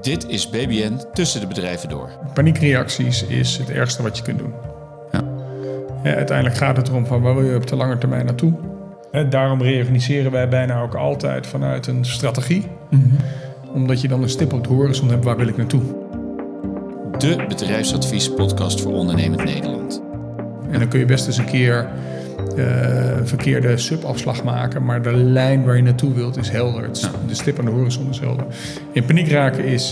Dit is BBN Tussen de Bedrijven Door. Paniekreacties is het ergste wat je kunt doen. Ja. Ja, uiteindelijk gaat het erom van waar wil je op de lange termijn naartoe. Daarom reorganiseren wij bijna ook altijd vanuit een strategie. Mm-hmm. Omdat je dan een stip op de horizon hebt, waar wil ik naartoe. De bedrijfsadviespodcast voor ondernemend Nederland. En dan kun je best eens een keer een verkeerde subafslag maken, maar de lijn waar je naartoe wilt is helder. De stip aan de horizon is helder. In paniek raken is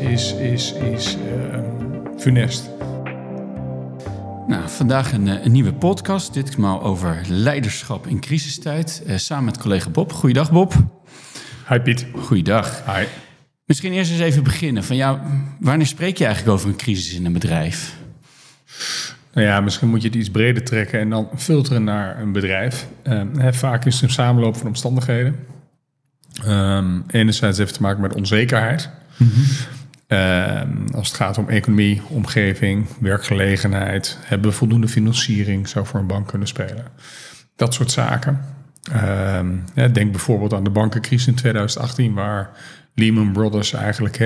funest. Nou, vandaag een nieuwe podcast. Ditmaal over leiderschap in crisistijd. Samen met collega Bob. Goeiedag, Bob. Hi, Piet. Goeiedag. Hi. Misschien eerst eens even beginnen. Wanneer spreek je eigenlijk over een crisis in een bedrijf? Nou ja, misschien moet je het iets breder trekken en dan filteren naar een bedrijf. Vaak is het een samenloop van omstandigheden. Enerzijds heeft het te maken met onzekerheid. Mm-hmm. Als het gaat om economie, omgeving, werkgelegenheid. Hebben we voldoende financiering, zou voor een bank kunnen spelen. Dat soort zaken. Denk bijvoorbeeld aan de bankencrisis in 2018... waar Lehman Brothers eigenlijk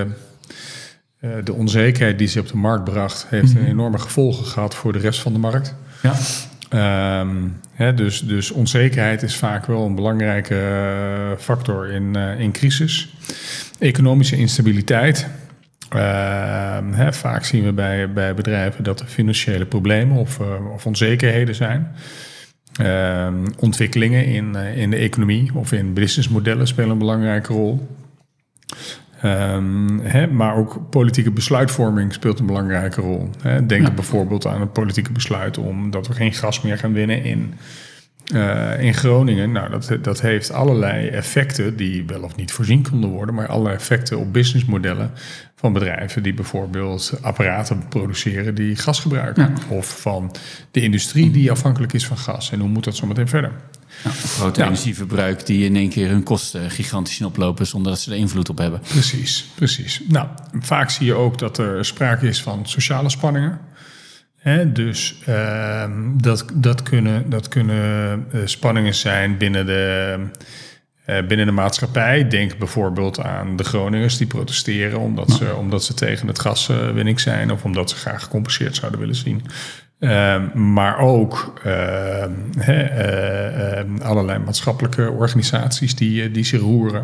de onzekerheid die ze op de markt bracht... heeft een enorme gevolgen gehad voor de rest van de markt. Ja. Dus onzekerheid is vaak wel een belangrijke factor in crisis. Economische instabiliteit. Vaak zien we bij bedrijven dat er financiële problemen of onzekerheden zijn. Ontwikkelingen in de economie of in businessmodellen spelen een belangrijke rol. Maar ook politieke besluitvorming speelt een belangrijke rol. Denk bijvoorbeeld aan het politieke besluit omdat we geen gas meer gaan winnen in Groningen. Nou, dat heeft allerlei effecten die wel of niet voorzien konden worden, maar allerlei effecten op businessmodellen van bedrijven die bijvoorbeeld apparaten produceren die gas gebruiken. Ja. Of van de industrie die afhankelijk is van gas. En hoe moet dat zo meteen verder? Ja, grote energieverbruik die in één keer hun kosten gigantisch zien oplopen zonder dat ze er invloed op hebben. Precies. Nou, vaak zie je ook dat er sprake is van sociale spanningen. Dus dat kunnen spanningen zijn binnen de maatschappij. Denk bijvoorbeeld aan de Groningers die protesteren omdat ze tegen het gaswinning zijn of omdat ze graag gecompenseerd zouden willen zien. Maar ook allerlei maatschappelijke organisaties die zich roeren.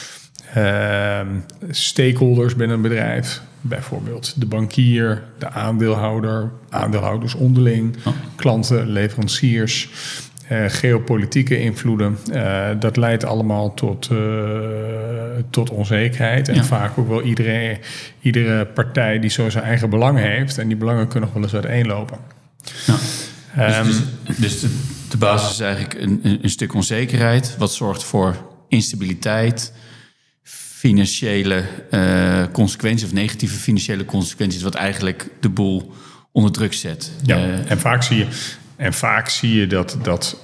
Stakeholders binnen een bedrijf, bijvoorbeeld de bankier, de aandeelhouders onderling, klanten, leveranciers, geopolitieke invloeden. Dat leidt allemaal tot onzekerheid. En vaak ook wel iedere partij die zo zijn eigen belang heeft. En die belangen kunnen nog wel eens uiteenlopen. Dus de basis is eigenlijk een stuk onzekerheid. Wat zorgt voor instabiliteit, financiële consequenties of negatieve financiële consequenties, wat eigenlijk de boel onder druk zet. Ja, en vaak zie je dat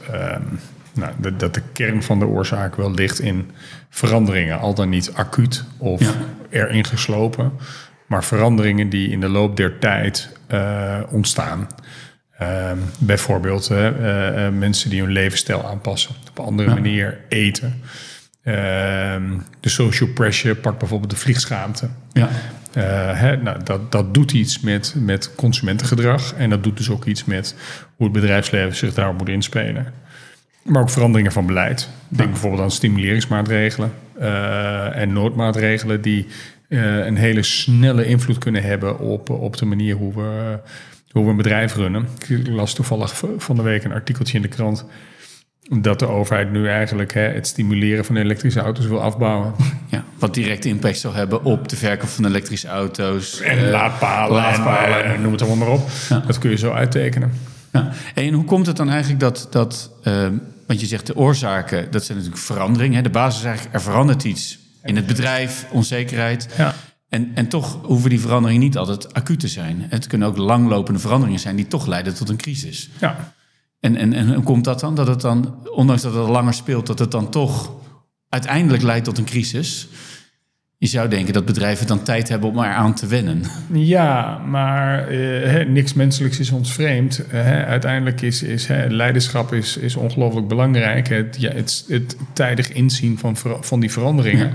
de kern van de oorzaak wel ligt in veranderingen. Al dan niet acuut of erin geslopen, maar veranderingen die in de loop der tijd ontstaan. Bijvoorbeeld mensen die hun levensstijl aanpassen, op een andere manier eten. De social pressure, pak bijvoorbeeld de vliegschaamte. Ja. Dat doet iets met consumentengedrag. En dat doet dus ook iets met hoe het bedrijfsleven zich daarop moet inspelen. Maar ook veranderingen van beleid. Denk bijvoorbeeld aan stimuleringsmaatregelen en noodmaatregelen die een hele snelle invloed kunnen hebben op de manier hoe we een bedrijf runnen. Ik las toevallig van de week een artikeltje in de krant dat de overheid nu eigenlijk het stimuleren van elektrische auto's wil afbouwen. Ja, wat direct impact zal hebben op de verkoop van elektrische auto's. En laadpalen. En noem het allemaal maar op. Ja. Dat kun je zo uittekenen. Ja. En hoe komt het dan eigenlijk dat want je zegt de oorzaken, dat zijn natuurlijk veranderingen. De basis is eigenlijk, er verandert iets in het bedrijf, onzekerheid. Ja. En toch hoeven die veranderingen niet altijd acuut te zijn. Het kunnen ook langlopende veranderingen zijn die toch leiden tot een crisis. Ja. En hoe komt dat dan? Dat het dan, ondanks dat het al langer speelt, dat het dan toch uiteindelijk leidt tot een crisis? Je zou denken dat bedrijven dan tijd hebben om eraan te wennen. Ja, maar niks menselijks is ons vreemd. Uiteindelijk is leiderschap is ongelooflijk belangrijk. Het tijdig inzien van die veranderingen. Ja.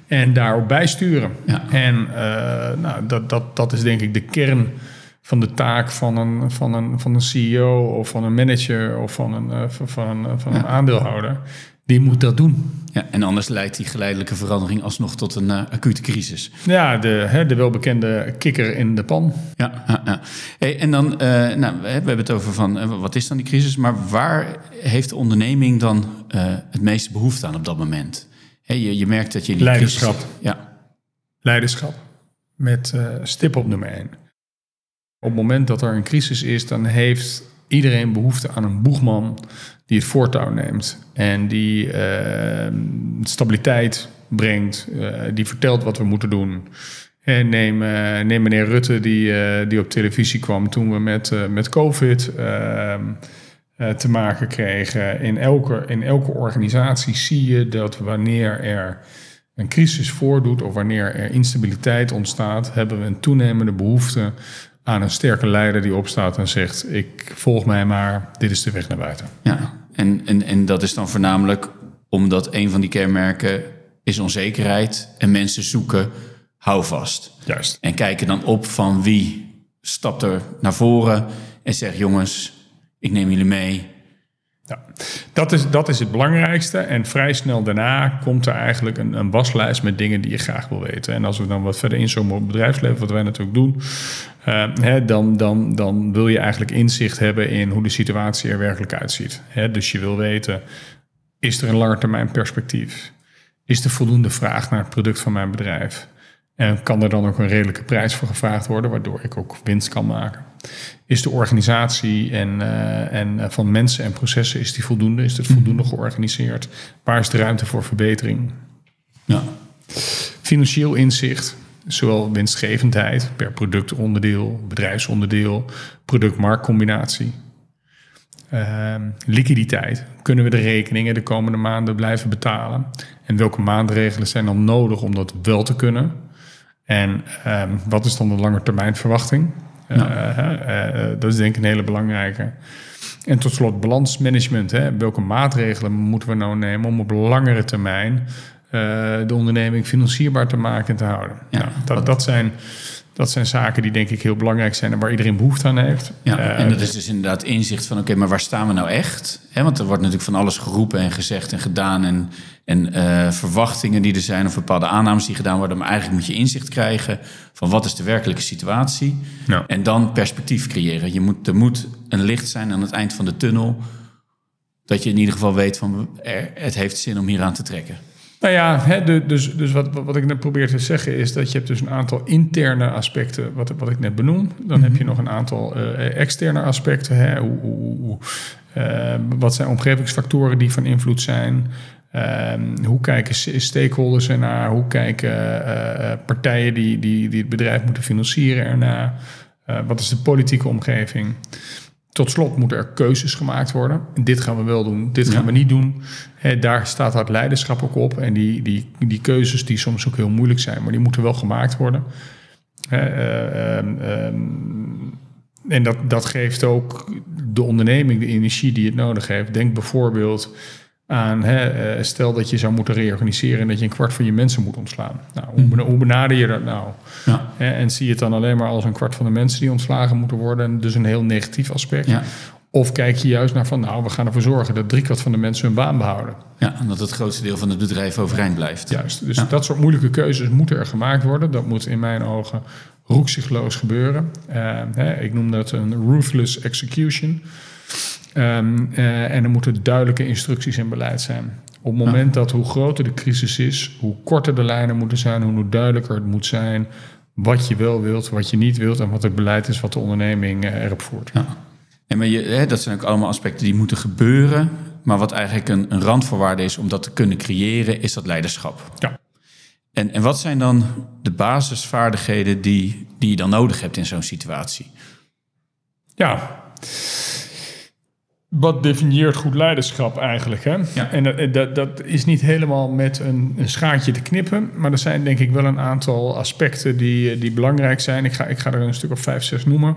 en daarop bijsturen. Ja. En dat is denk ik de kern van de taak van een CEO of van een manager of van een aandeelhouder. Die moet dat doen. Ja, en anders leidt die geleidelijke verandering alsnog tot een acute crisis. Ja, de welbekende kikker in de pan. Ja. Hey, en dan, we hebben het over van wat is dan die crisis, maar waar heeft de onderneming dan het meeste behoefte aan op dat moment? Je merkt dat je die Leiderschap. Crisis, Leiderschap. Met stip op nummer 1. Op het moment dat er een crisis is, dan heeft iedereen behoefte aan een boegman die het voortouw neemt. En die stabiliteit brengt. Die vertelt wat we moeten doen. En neem meneer Rutte die op televisie kwam toen we met COVID te maken kregen. In elke organisatie zie je dat wanneer er een crisis voordoet of wanneer er instabiliteit ontstaat, hebben we een toenemende behoefte aan een sterke leider die opstaat en zegt: ik volg mij maar, dit is de weg naar buiten. Ja, en dat is dan voornamelijk omdat een van die kenmerken is onzekerheid en mensen zoeken houvast. Juist. En kijken dan op van wie stapt er naar voren en zegt: jongens, ik neem jullie mee. Ja, dat is het belangrijkste. En vrij snel daarna komt er eigenlijk een waslijst met dingen die je graag wil weten. En als we dan wat verder inzoomen op het bedrijfsleven, wat wij natuurlijk doen, dan wil je eigenlijk inzicht hebben in hoe de situatie er werkelijk uitziet. Dus je wil weten, is er een langetermijn perspectief? Is er voldoende vraag naar het product van mijn bedrijf? En kan er dan ook een redelijke prijs voor gevraagd worden, waardoor ik ook winst kan maken? Is de organisatie en van mensen en processen, is die voldoende? Is het voldoende georganiseerd? Waar is de ruimte voor verbetering? Ja. Financieel inzicht, zowel winstgevendheid per productonderdeel, bedrijfsonderdeel, product-marktcombinatie. Liquiditeit. Kunnen we de rekeningen de komende maanden blijven betalen? En welke maatregelen zijn dan nodig om dat wel te kunnen? En wat is dan de langetermijnverwachting? Dat is denk ik een hele belangrijke. En tot slot balansmanagement. Welke maatregelen moeten we nou nemen om op langere termijn de onderneming financierbaar te maken en te houden? Ja, dat zijn zaken die denk ik heel belangrijk zijn en waar iedereen behoefte aan heeft. Ja, en dat is dus inderdaad inzicht van oké, maar waar staan we nou echt? Want er wordt natuurlijk van alles geroepen en gezegd en gedaan en verwachtingen die er zijn of bepaalde aannames die gedaan worden. Maar eigenlijk moet je inzicht krijgen van wat is de werkelijke situatie. Ja. En dan perspectief creëren. Er moet een licht zijn aan het eind van de tunnel. Dat je in ieder geval weet van het heeft zin om hier aan te trekken. Nou ja, dus wat ik net probeer te zeggen is dat je hebt dus een aantal interne aspecten, wat ik net benoem. Dan heb je nog een aantal externe aspecten. Wat zijn omgevingsfactoren die van invloed zijn? Hoe kijken stakeholders ernaar? Hoe kijken partijen die het bedrijf moeten financieren ernaar? Wat is de politieke omgeving? Tot slot moeten er keuzes gemaakt worden. Dit gaan we wel doen, dit gaan we niet doen. Daar staat het leiderschap ook op. En die keuzes die soms ook heel moeilijk zijn, maar die moeten wel gemaakt worden. En dat geeft ook de onderneming de energie die het nodig heeft. Denk bijvoorbeeld aan, stel dat je zou moeten reorganiseren en dat je een kwart van je mensen moet ontslaan. Nou, hoe benader je dat nou? Ja. En zie je het dan alleen maar als een kwart van de mensen die ontslagen moeten worden, en dus een heel negatief aspect? Ja. Of kijk je juist naar van, we gaan ervoor zorgen dat 3/4 van de mensen hun baan behouden. Ja, en dat het grootste deel van het bedrijf overeind blijft. Juist, dus dat soort moeilijke keuzes moeten er gemaakt worden. Dat moet in mijn ogen roekzichtloos gebeuren. Ik noem dat een ruthless execution. En er moeten duidelijke instructies en beleid zijn. Op het moment dat hoe groter de crisis is, hoe korter de lijnen moeten zijn, hoe duidelijker het moet zijn wat je wel wilt, wat je niet wilt en wat het beleid is wat de onderneming erop voert. Ja. En maar dat zijn ook allemaal aspecten die moeten gebeuren. Maar wat eigenlijk een randvoorwaarde is om dat te kunnen creëren, is dat leiderschap. Ja. En wat zijn dan de basisvaardigheden die je dan nodig hebt in zo'n situatie? Ja. Wat definieert goed leiderschap eigenlijk? Hè? Ja. En dat is niet helemaal met een schaartje te knippen. Maar er zijn denk ik wel een aantal aspecten die belangrijk zijn. Ik ga er een stuk of 5, 6 noemen.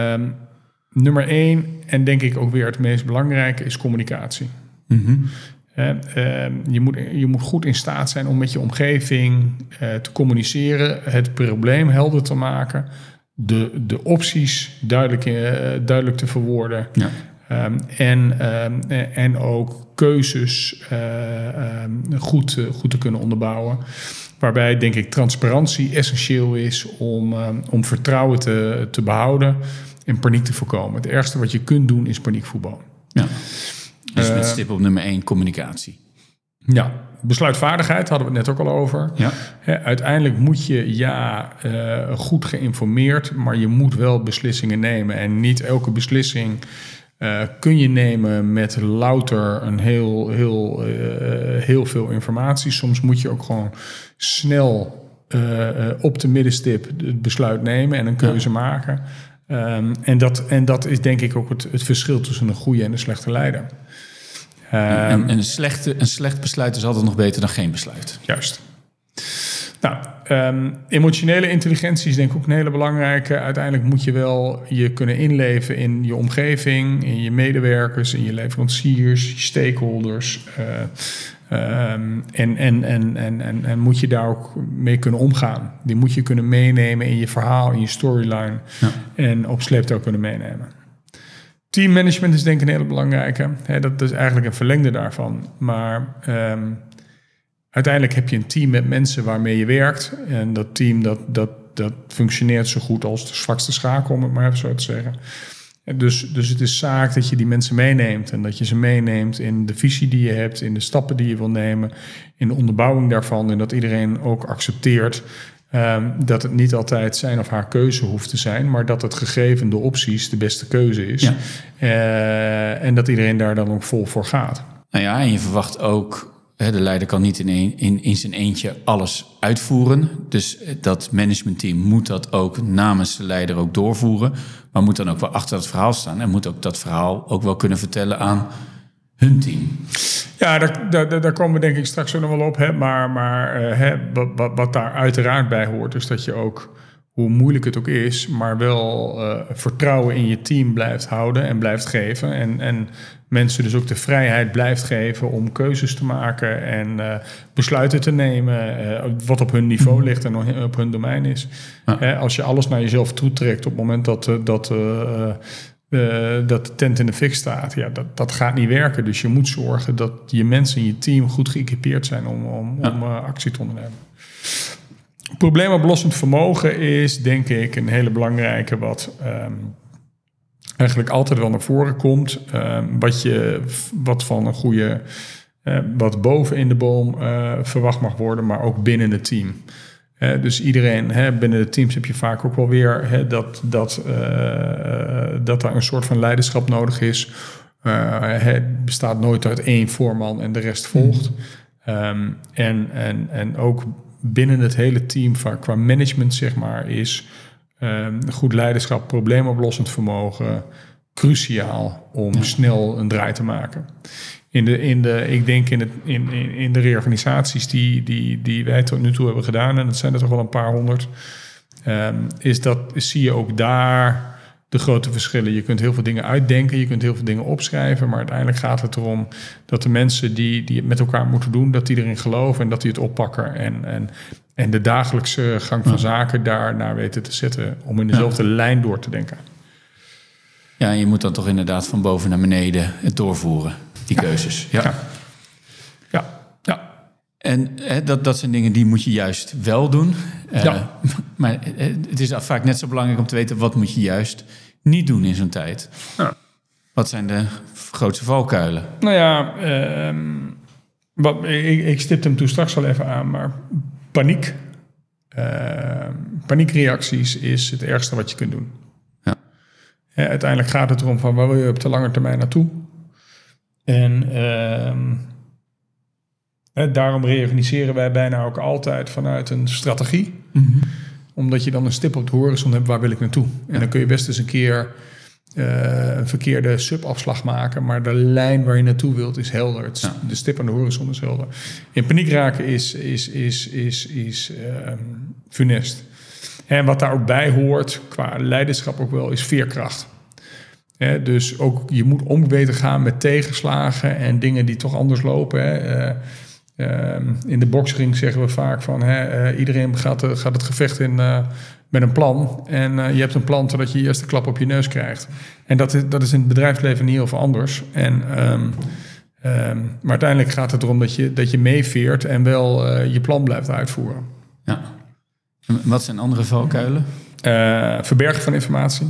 Nummer 1, en denk ik ook weer het meest belangrijke, is communicatie. Mm-hmm. Je moet goed in staat zijn om met je omgeving te communiceren, het probleem helder te maken, de opties duidelijk te verwoorden. Ja. En ook keuzes goed te kunnen onderbouwen. Waarbij, denk ik, transparantie essentieel is om vertrouwen te behouden en paniek te voorkomen. Het ergste wat je kunt doen is paniekvoetbal. Ja. Dus met stip op nummer 1, communicatie. Ja, besluitvaardigheid hadden we het net ook al over. Ja. Uiteindelijk moet je goed geïnformeerd, maar je moet wel beslissingen nemen. En niet elke beslissing kun je nemen met louter een heel veel informatie. Soms moet je ook gewoon snel op de middenstip het besluit nemen en een keuze maken. En dat is denk ik ook het verschil tussen een goede en een slechte leider. En een slecht besluit is altijd nog beter dan geen besluit. Juist. Nou, emotionele intelligentie is denk ik ook een hele belangrijke. Uiteindelijk moet je wel je kunnen inleven in je omgeving, in je medewerkers, in je leveranciers, je stakeholders. En moet je daar ook mee kunnen omgaan. Die moet je kunnen meenemen in je verhaal, in je storyline. Ja. En op sleeptouw kunnen meenemen. Teammanagement is denk ik een hele belangrijke. Dat is eigenlijk een verlengde daarvan. Maar uiteindelijk heb je een team met mensen waarmee je werkt. En dat team dat functioneert zo goed als de zwakste schakel, om het maar even zo te zeggen. Dus het is zaak dat je die mensen meeneemt. En dat je ze meeneemt in de visie die je hebt, in de stappen die je wil nemen, in de onderbouwing daarvan. En dat iedereen ook accepteert dat het niet altijd zijn of haar keuze hoeft te zijn, maar dat het gegeven de opties de beste keuze is. Ja. En dat iedereen daar dan ook vol voor gaat. Nou ja, en je verwacht ook, de leider kan niet in zijn eentje alles uitvoeren. Dus dat managementteam moet dat ook namens de leider ook doorvoeren. Maar moet dan ook wel achter het verhaal staan. En moet ook dat verhaal ook wel kunnen vertellen aan hun team. Ja, daar komen we denk ik straks ook nog wel op. Wat daar uiteraard bij hoort, is dat je ook, hoe moeilijk het ook is, maar wel vertrouwen in je team blijft houden en blijft geven. En mensen dus ook de vrijheid blijft geven om keuzes te maken en besluiten te nemen wat op hun niveau ligt en op hun domein is. Ja. Als je alles naar jezelf toetrekt op het moment dat de tent in de fik staat, dat gaat niet werken. Dus je moet zorgen dat je mensen in je team goed geëquipeerd zijn om actie te ondernemen. Probleemoplossend vermogen is denk ik een hele belangrijke wat eigenlijk altijd wel naar voren komt. Wat van een goede, wat boven in de boom verwacht mag worden, maar ook binnen het team. Dus iedereen, binnen de teams heb je vaak ook wel weer dat daar een soort van leiderschap nodig is. Het bestaat nooit uit één voorman en de rest volgt. En ook binnen het hele team qua management, zeg maar, is goed leiderschap, probleemoplossend vermogen cruciaal om snel een draai te maken. Ik denk in de reorganisaties die wij tot nu toe hebben gedaan, en dat zijn er toch wel een paar honderd, zie je ook daar de grote verschillen. Je kunt heel veel dingen uitdenken, je kunt heel veel dingen opschrijven, maar uiteindelijk gaat het erom dat de mensen die het met elkaar moeten doen, dat die erin geloven en dat die het oppakken en de dagelijkse gang van zaken daarnaar weten te zetten om in dezelfde lijn door te denken. Ja, je moet dan toch inderdaad van boven naar beneden het doorvoeren, die keuzes. Ja. En dat zijn dingen die moet je juist wel doen. Maar het is het vaak net zo belangrijk om te weten, wat moet je juist niet doen in zo'n tijd? Ja. Wat zijn de grootste valkuilen? Nou ja, ik stipte hem toen straks al even aan, maar paniek. Paniekreacties is het ergste wat je kunt doen. Ja. Uiteindelijk gaat het erom van waar wil je op de lange termijn naartoe? En daarom reorganiseren wij bijna ook altijd vanuit een strategie. Mm-hmm. Omdat je dan een stip op de horizon hebt, waar wil ik naartoe? En dan kun je best eens een keer een verkeerde subafslag maken, maar de lijn waar je naartoe wilt is helder. De stip aan de horizon is helder. In paniek raken is funest. En wat daar ook bij hoort, qua leiderschap ook wel, is veerkracht. Dus ook je moet om weten gaan met tegenslagen en dingen die toch anders lopen. In de boksring zeggen we vaak van iedereen gaat het gevecht in met een plan. En je hebt een plan totdat je je eerste klap op je neus krijgt. En dat is in het bedrijfsleven niet heel veel anders. Maar uiteindelijk gaat het erom dat je meeveert en wel je plan blijft uitvoeren. Ja. En wat zijn andere valkuilen? Verbergen van informatie.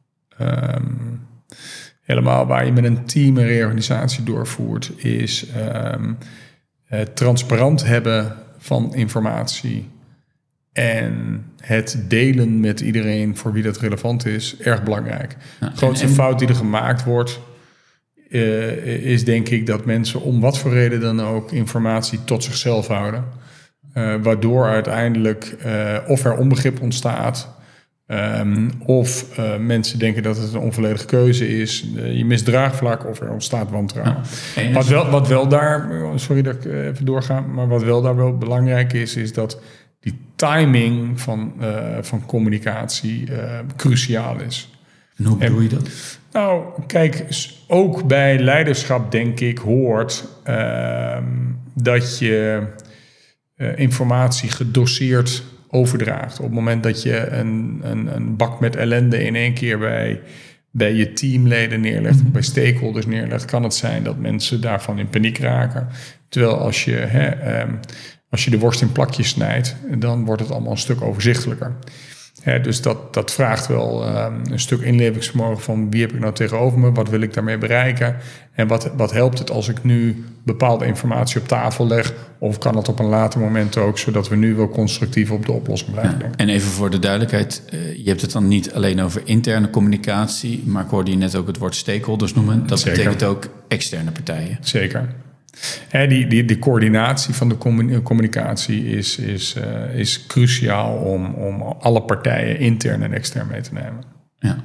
Helemaal waar je met een team een reorganisatie doorvoert, is transparant hebben van informatie en het delen met iedereen voor wie dat relevant is, erg belangrijk. De grootste fout die er gemaakt wordt, is denk ik dat mensen om wat voor reden dan ook informatie tot zichzelf houden. Waardoor uiteindelijk of er onbegrip ontstaat, of mensen denken dat het een onvolledige keuze is. Je mist draagvlak of er ontstaat wantrouwen. Ja. Wat wel daar, sorry dat ik even doorga, maar wat wel daar wel belangrijk is dat die timing van communicatie cruciaal is. En hoe bedoel je dat? Nou, kijk, ook bij leiderschap denk ik hoort dat je informatie gedoseerd overdraagt. Op het moment dat je een bak met ellende in één keer bij je teamleden neerlegt, of bij stakeholders neerlegt, kan het zijn dat mensen daarvan in paniek raken. Terwijl als je de worst in plakjes snijdt, dan wordt het allemaal een stuk overzichtelijker. Dus dat vraagt wel een stuk inlevingsvermogen van wie heb ik nou tegenover me, wat wil ik daarmee bereiken en wat helpt het als ik nu bepaalde informatie op tafel leg, of kan het op een later moment ook, zodat we nu wel constructief op de oplossing blijven denken. En even voor de duidelijkheid, je hebt het dan niet alleen over interne communicatie, maar ik hoorde je net ook het woord stakeholders noemen. Dat Zeker. Betekent ook externe partijen. Zeker. Die coördinatie van de communicatie is cruciaal om alle partijen intern en extern mee te nemen. Ja.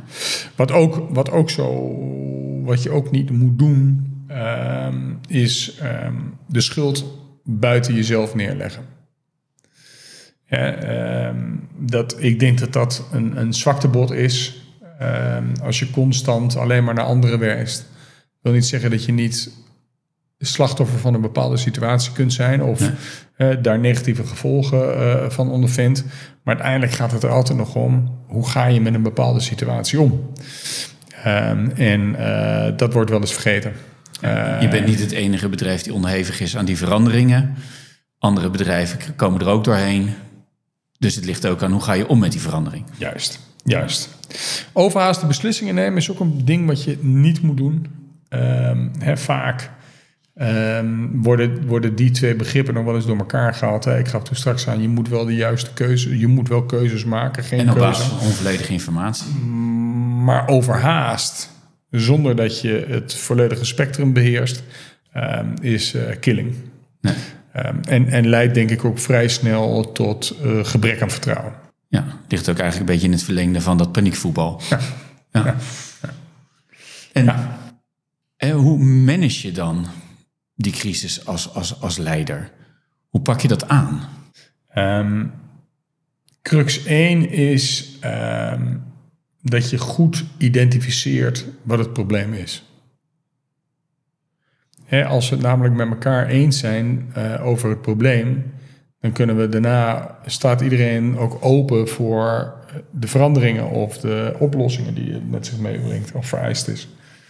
Wat je ook niet moet doen, is de schuld buiten jezelf neerleggen. Ik denk dat een zwaktebod is. Als je constant alleen maar naar anderen wijst, wil niet zeggen dat je niet slachtoffer van een bepaalde situatie kunt zijn of daar negatieve gevolgen van ondervindt. Maar uiteindelijk gaat het er altijd nog om, hoe ga je met een bepaalde situatie om? Dat wordt wel eens vergeten. Je bent niet het enige bedrijf die onderhevig is aan die veranderingen. Andere bedrijven komen er ook doorheen. Dus het ligt ook aan hoe ga je om met die verandering. Juist. Overhaaste beslissingen nemen is ook een ding wat je niet moet doen. Vaak worden die twee begrippen nog wel eens door elkaar gehaald. Ik gaf toen straks aan, je moet wel de juiste keuze, je moet wel keuzes maken, geen en op keuze. basis van onvolledige informatie. Maar overhaast, zonder dat je het volledige spectrum beheerst, is killing. Nee. En leidt denk ik ook vrij snel tot gebrek aan vertrouwen. Ja, ligt ook eigenlijk een beetje in het verlengde van dat paniekvoetbal. Ja. En hoe manage je dan die crisis als leider? Hoe pak je dat aan? Crux 1 is dat je goed identificeert wat het probleem is. Als we het namelijk met elkaar eens zijn over het probleem, dan kunnen we daarna, staat iedereen ook open voor de veranderingen of de oplossingen die het met zich meebrengt of vereist is.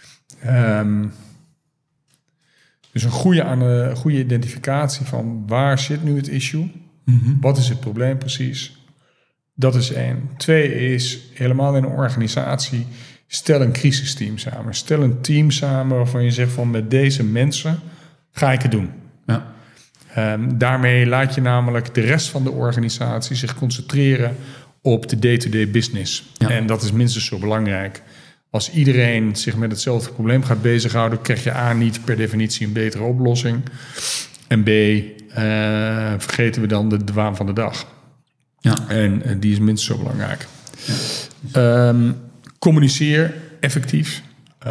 Dus een goede identificatie van waar zit nu het issue? Mm-hmm. Wat is het probleem precies? Dat is 1. 2 is helemaal in een organisatie, stel een crisisteam samen. Stel een team samen waarvan je zegt van met deze mensen ga ik het doen. Ja. Daarmee laat je namelijk de rest van de organisatie zich concentreren op de day-to-day business. Ja. En dat is minstens zo belangrijk. Als iedereen zich met hetzelfde probleem gaat bezighouden, krijg je A, niet per definitie een betere oplossing. En B, vergeten we dan de waan van de dag. Ja. En die is minstens zo belangrijk. Ja. Communiceer effectief.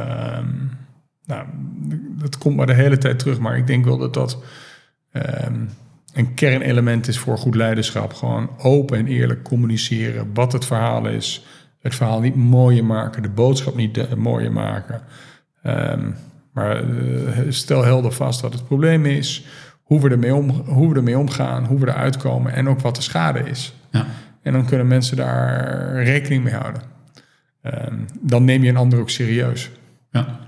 Dat komt maar de hele tijd terug, maar ik denk wel dat een kernelement is voor goed leiderschap. Gewoon open en eerlijk communiceren wat het verhaal is, het verhaal niet mooier maken, de boodschap niet mooier maken. Maar stel helder vast wat het probleem is, hoe we ermee omgaan, hoe we eruit komen en ook wat de schade is. Ja. En dan kunnen mensen daar rekening mee houden. Dan neem je een ander ook serieus. Ja.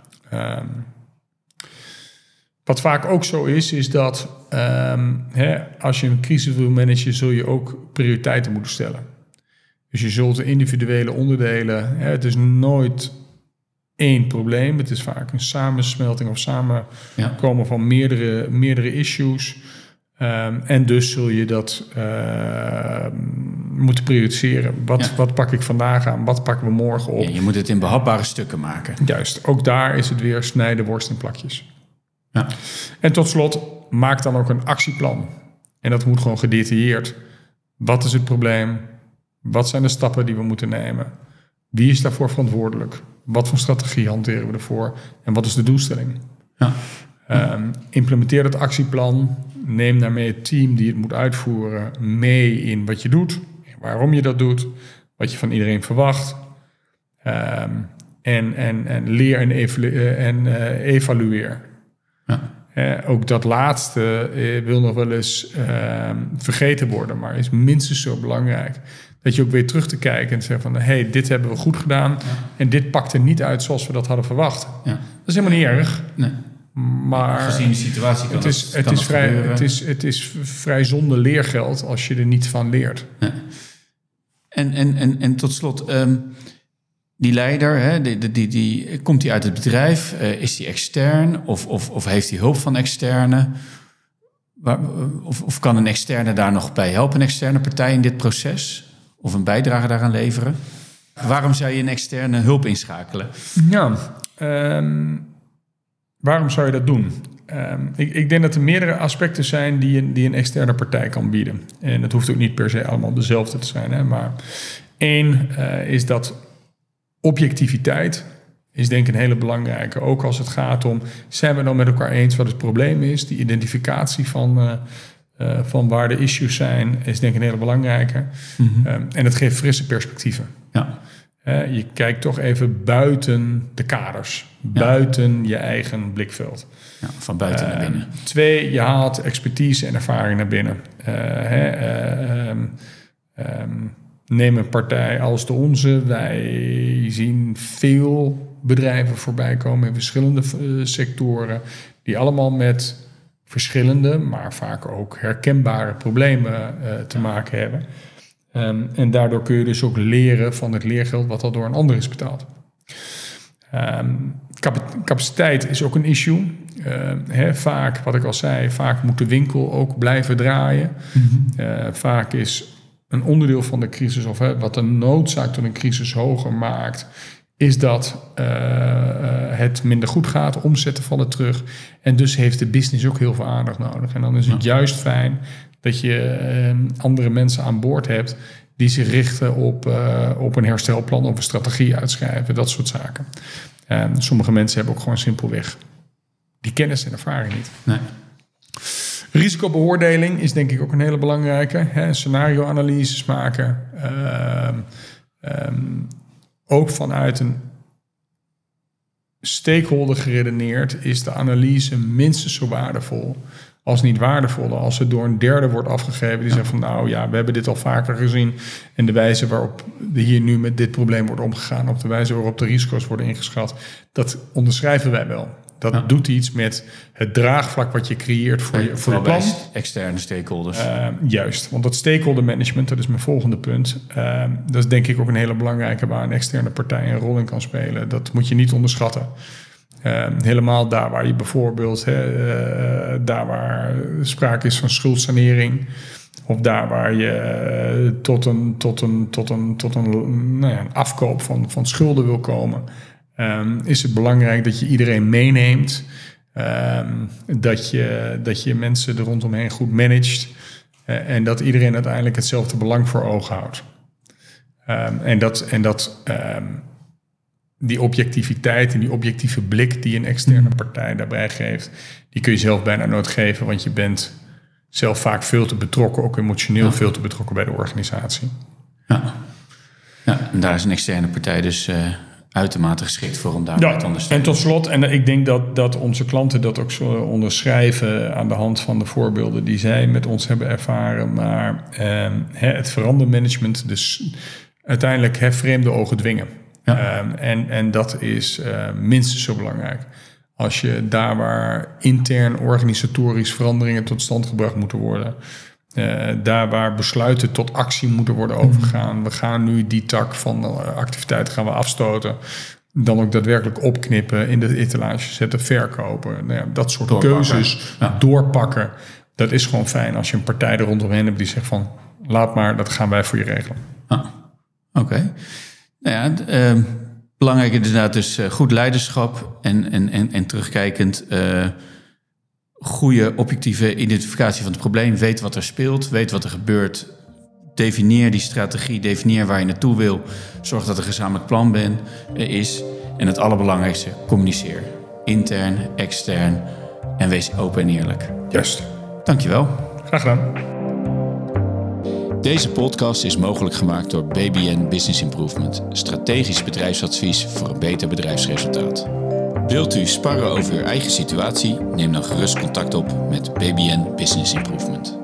Wat vaak ook zo is dat als je een crisis wil managen, zul je ook prioriteiten moeten stellen. Dus je zult de individuele onderdelen, het is nooit één probleem. Het is vaak een samensmelting of samenkomen van meerdere issues. En dus zul je dat moeten prioritiseren. Wat pak ik vandaag aan? Wat pakken we morgen op? Ja, je moet het in behapbare stukken maken. Juist, ook daar is het weer snijden, worst in plakjes. Ja. En tot slot, maak dan ook een actieplan. En dat moet gewoon gedetailleerd. Wat is het probleem? Wat zijn de stappen die we moeten nemen? Wie is daarvoor verantwoordelijk? Wat voor strategie hanteren we ervoor? En wat is de doelstelling? Ja. Implementeer het actieplan. Neem daarmee het team die het moet uitvoeren mee in wat je doet. Waarom je dat doet. Wat je van iedereen verwacht. En leer en evalueer. Ja. Ook dat laatste wil nog wel eens vergeten worden. Maar is minstens zo belangrijk. Dat je ook weer terug te kijken en zeggen van... dit hebben we goed gedaan. Ja. En dit pakte niet uit zoals we dat hadden verwacht. Ja. Dat is helemaal niet erg. Nee. Maar gezien de situatie kan het is vrij zonde leergeld als je er niet van leert. Ja. En tot slot, die leider, komt hij uit het bedrijf? Is hij extern? Of heeft hij hulp van externen? Of kan een externe daar nog bij helpen? Een externe partij in dit proces? Of een bijdrage daaraan leveren? Waarom zou je een externe hulp inschakelen? Ja, waarom zou je dat doen? Ik denk dat er meerdere aspecten zijn die een externe partij kan bieden. En het hoeft ook niet per se allemaal dezelfde te zijn. Hè? Maar één is dat objectiviteit is denk ik een hele belangrijke. Ook als het gaat om, zijn we nou met elkaar eens wat het probleem is? Die identificatie van waar de issues zijn is denk ik een hele belangrijke. Mm-hmm. En het geeft frisse perspectieven. Ja. Je kijkt toch even buiten de kaders. Buiten je eigen blikveld. Ja, van buiten naar binnen. 2, je haalt expertise en ervaring naar binnen. Neem een partij als de onze. Wij zien veel bedrijven voorbij komen in verschillende sectoren. Die allemaal met verschillende, maar vaak ook herkenbare problemen te maken hebben. En daardoor kun je dus ook leren van het leergeld wat al door een ander is betaald. Capaciteit is ook een issue. Vaak, wat ik al zei, vaak moet de winkel ook blijven draaien. Mm-hmm. Vaak is een onderdeel van de crisis, of wat de noodzaak tot een crisis hoger maakt, is dat het minder goed gaat, omzetten vallen terug. En dus heeft de business ook heel veel aandacht nodig. En dan is het juist fijn dat je andere mensen aan boord hebt die zich richten op een herstelplan of een strategie uitschrijven, dat soort zaken. Sommige mensen hebben ook gewoon simpelweg die kennis en ervaring niet. Nee. Risicobeoordeling is denk ik ook een hele belangrijke. Scenario-analyses maken. Ook vanuit een stakeholder geredeneerd is de analyse minstens zo waardevol als niet waardevoller. Als het door een derde wordt afgegeven die zegt van nou ja, we hebben dit al vaker gezien. En de wijze waarop hier nu met dit probleem wordt omgegaan, op de wijze waarop de risico's worden ingeschat, dat onderschrijven wij wel. Dat doet iets met het draagvlak wat je creëert voor je plan. Externe stakeholders. Juist, want dat stakeholder management, dat is mijn volgende punt. Dat is denk ik ook een hele belangrijke waar een externe partij een rol in kan spelen. Dat moet je niet onderschatten. Helemaal daar waar je bijvoorbeeld, daar waar sprake is van schuldsanering, of daar waar je tot een afkoop van schulden wil komen, is het belangrijk dat je iedereen meeneemt, dat je mensen er rondomheen goed managt en dat iedereen uiteindelijk hetzelfde belang voor ogen houdt. Die objectiviteit en die objectieve blik die een externe partij daarbij geeft, die kun je zelf bijna nooit geven, want je bent zelf vaak veel te betrokken, ook emotioneel veel te betrokken bij de organisatie. Ja. en daar is een externe partij dus uitermate geschikt voor om daarbij te ondersteunen. En tot slot, en ik denk dat onze klanten dat ook zo onderschrijven aan de hand van de voorbeelden die zij met ons hebben ervaren. Maar het verandermanagement, dus uiteindelijk vreemde ogen dwingen. Ja. En dat is minstens zo belangrijk. Als je daar waar intern organisatorisch veranderingen tot stand gebracht moeten worden, daar waar besluiten tot actie moeten worden overgegaan. We gaan nu die tak van activiteiten gaan we afstoten. Dan ook daadwerkelijk opknippen, in de etalage zetten, verkopen. Dat soort keuzes doorpakken. Dat is gewoon fijn als je een partij er rondomheen hebt die zegt van, laat maar, dat gaan wij voor je regelen. Oké. Nou ja, belangrijk inderdaad dus goed leiderschap en terugkijkend goede objectieve identificatie van het probleem. Weet wat er speelt, weet wat er gebeurt. Definieer die strategie, definieer waar je naartoe wil. Zorg dat er een gezamenlijk plan is. En het allerbelangrijkste, communiceer. Intern, extern en wees open en eerlijk. Juist. Dankjewel. Graag gedaan. Deze podcast is mogelijk gemaakt door BBN Business Improvement. Strategisch bedrijfsadvies voor een beter bedrijfsresultaat. Wilt u sparren over uw eigen situatie? Neem dan gerust contact op met BBN Business Improvement.